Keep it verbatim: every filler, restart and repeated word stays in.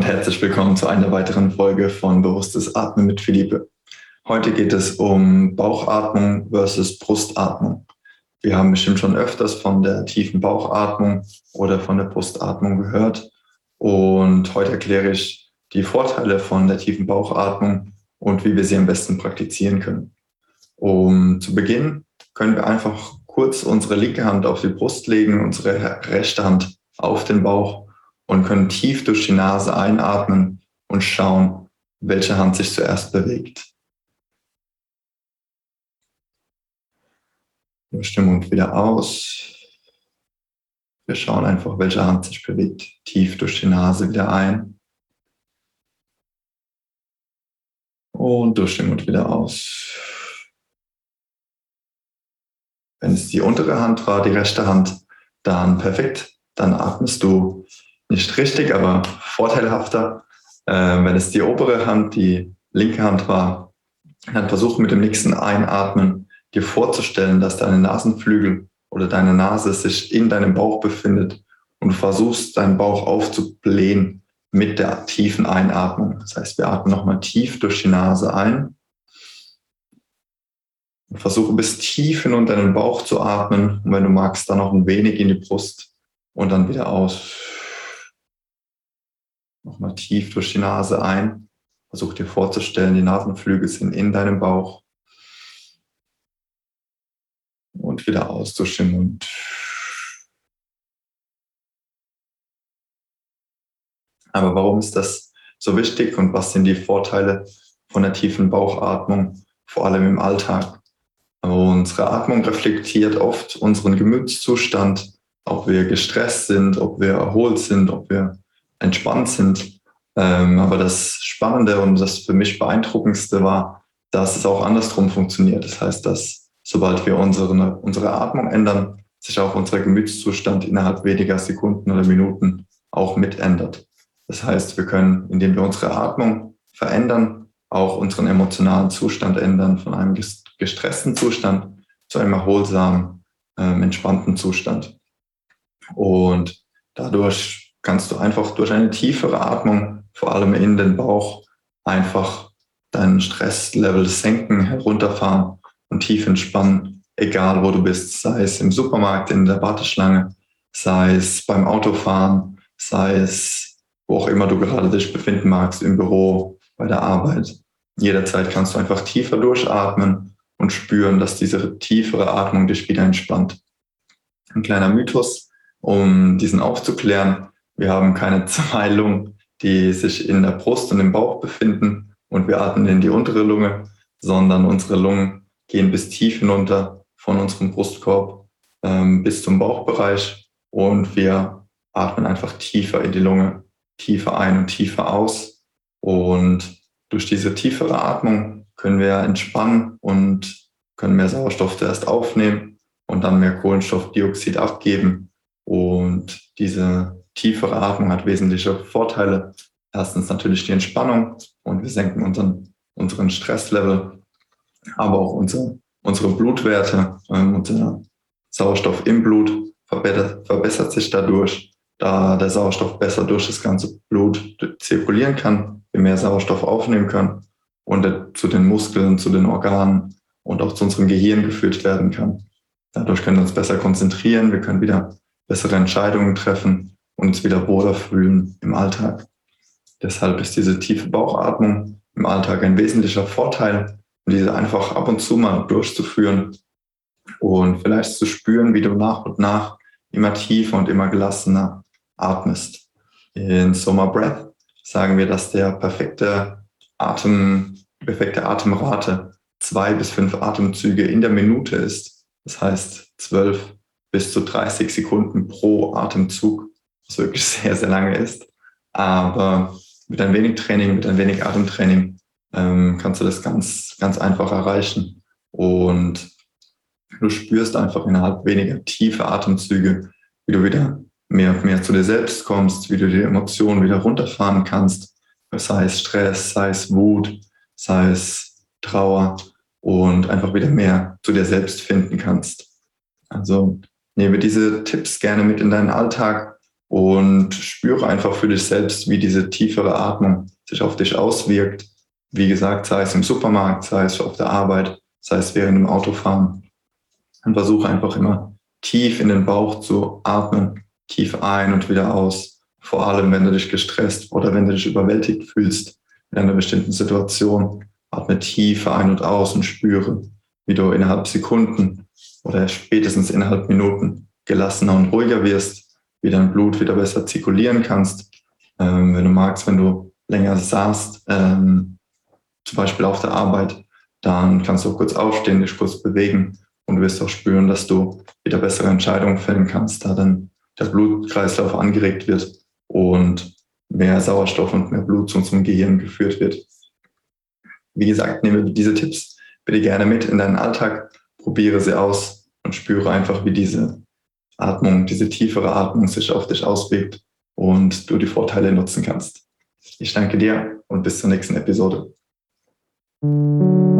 herzlich willkommen zu einer weiteren Folge von Bewusstes Atmen mit Philippe. Heute geht es um Bauchatmung versus Brustatmung. Wir haben bestimmt schon öfters von der tiefen Bauchatmung oder von der Brustatmung gehört. Und heute erkläre ich die Vorteile von der tiefen Bauchatmung und wie wir sie am besten praktizieren können. Um zu Beginn können wir einfach kurz unsere linke Hand auf die Brust legen, unsere rechte Hand auf den Bauch und können tief durch die Nase einatmen und schauen, welche Hand sich zuerst bewegt. Durch den Mund wieder aus. Wir schauen einfach, welche Hand sich bewegt. Tief durch die Nase wieder ein. Und durch den Mund wieder aus. Wenn es die untere Hand war, die rechte Hand, dann perfekt. Dann atmest du nicht richtig, aber vorteilhafter. Äh, wenn es die obere Hand, die linke Hand war, dann versuch mit dem nächsten Einatmen dir vorzustellen, dass deine Nasenflügel oder deine Nase sich in deinem Bauch befindet und du versuchst, deinen Bauch aufzublähen mit der tiefen Einatmung. Das heißt, wir atmen nochmal tief durch die Nase ein und versuche bis tief hinunter deinen Bauch zu atmen und wenn du magst, dann noch ein wenig in die Brust und dann wieder aus. Nochmal tief durch die Nase ein. Versuch dir vorzustellen, die Nasenflügel sind in deinem Bauch. Und wieder aus durch den Mund. Aber warum ist das so wichtig und was sind die Vorteile von der tiefen Bauchatmung, vor allem im Alltag? Unsere Atmung reflektiert oft unseren Gemütszustand, ob wir gestresst sind, ob wir erholt sind, ob wir entspannt sind. Aber das Spannende und das für mich Beeindruckendste war, dass es auch andersrum funktioniert. Das heißt, dass sobald wir unsere, unsere Atmung ändern, sich auch unser Gemütszustand innerhalb weniger Sekunden oder Minuten auch mit ändert. Das heißt, wir können, indem wir unsere Atmung verändern, auch unseren emotionalen Zustand ändern, von einem gestressten Zustand zu einem erholsamen, ähm, entspannten Zustand. Und dadurch kannst du einfach durch eine tiefere Atmung, vor allem in den Bauch, einfach deinen Stresslevel senken, herunterfahren und tief entspannen, egal wo du bist, sei es im Supermarkt, in der Warteschlange, sei es beim Autofahren, sei es wo auch immer du gerade dich befinden magst, im Büro, bei der Arbeit. Jederzeit kannst du einfach tiefer durchatmen und spüren, dass diese tiefere Atmung dich wieder entspannt. Ein kleiner Mythos, um diesen aufzuklären: Wir haben keine zwei Lungen, die sich in der Brust und im Bauch befinden und wir atmen in die untere Lunge, sondern unsere Lungen gehen bis tief hinunter von unserem Brustkorb ähm, bis zum Bauchbereich und wir atmen einfach tiefer in die Lunge, tiefer ein und tiefer aus. Und durch diese tiefere Atmung können wir entspannen und können mehr Sauerstoff zuerst aufnehmen und dann mehr Kohlenstoffdioxid abgeben. Und diese tiefere Atmung hat wesentliche Vorteile. Erstens natürlich die Entspannung und wir senken unseren, unseren Stresslevel, aber auch unsere, unsere Blutwerte, ähm, unser Sauerstoff im Blut verbessert, verbessert sich dadurch, da der Sauerstoff besser durch das ganze Blut zirkulieren kann, wir mehr Sauerstoff aufnehmen können und er zu den Muskeln, zu den Organen und auch zu unserem Gehirn geführt werden kann. Dadurch können wir uns besser konzentrieren, wir können wieder bessere Entscheidungen treffen und uns wieder wohler fühlen im Alltag. Deshalb ist diese tiefe Bauchatmung im Alltag ein wesentlicher Vorteil, um diese einfach ab und zu mal durchzuführen und vielleicht zu spüren, wie du nach und nach immer tiefer und immer gelassener atmest. In Soma Breath sagen wir, dass der perfekte Atem, die perfekte Atemrate zwei bis fünf Atemzüge in der Minute ist. Das heißt zwölf bis zu dreißig Sekunden pro Atemzug, was wirklich sehr, sehr lange ist. Aber mit ein wenig Training, mit ein wenig Atemtraining ähm, kannst du das ganz, ganz einfach erreichen. Und du spürst einfach innerhalb weniger tiefe Atemzüge, wie du wieder mehr und mehr zu dir selbst kommst, wie du die Emotionen wieder runterfahren kannst, sei es Stress, sei es Wut, sei es Trauer und einfach wieder mehr zu dir selbst finden kannst. Also nehme diese Tipps gerne mit in deinen Alltag und spüre einfach für dich selbst, wie diese tiefere Atmung sich auf dich auswirkt. Wie gesagt, sei es im Supermarkt, sei es auf der Arbeit, sei es während dem Autofahren. Und versuche einfach immer tief in den Bauch zu atmen, tief ein und wieder aus. Vor allem, wenn du dich gestresst oder wenn du dich überwältigt fühlst in einer bestimmten Situation. Atme tief ein und aus und spüre, wie du innerhalb Sekunden oder spätestens innerhalb Minuten gelassener und ruhiger wirst, wie dein Blut wieder besser zirkulieren kannst. Ähm, wenn du magst, wenn du länger saßt, ähm, zum Beispiel auf der Arbeit, dann kannst du auch kurz aufstehen, dich kurz bewegen und du wirst auch spüren, dass du wieder bessere Entscheidungen fällen kannst, da dann der Blutkreislauf angeregt wird und mehr Sauerstoff und mehr Blut zu unserem Gehirn geführt wird. Wie gesagt, nehme diese Tipps bitte gerne mit in deinen Alltag, probiere sie aus und spüre einfach, wie diese Atmung, diese tiefere Atmung sich auf dich auswirkt und du die Vorteile nutzen kannst. Ich danke dir und bis zur nächsten Episode.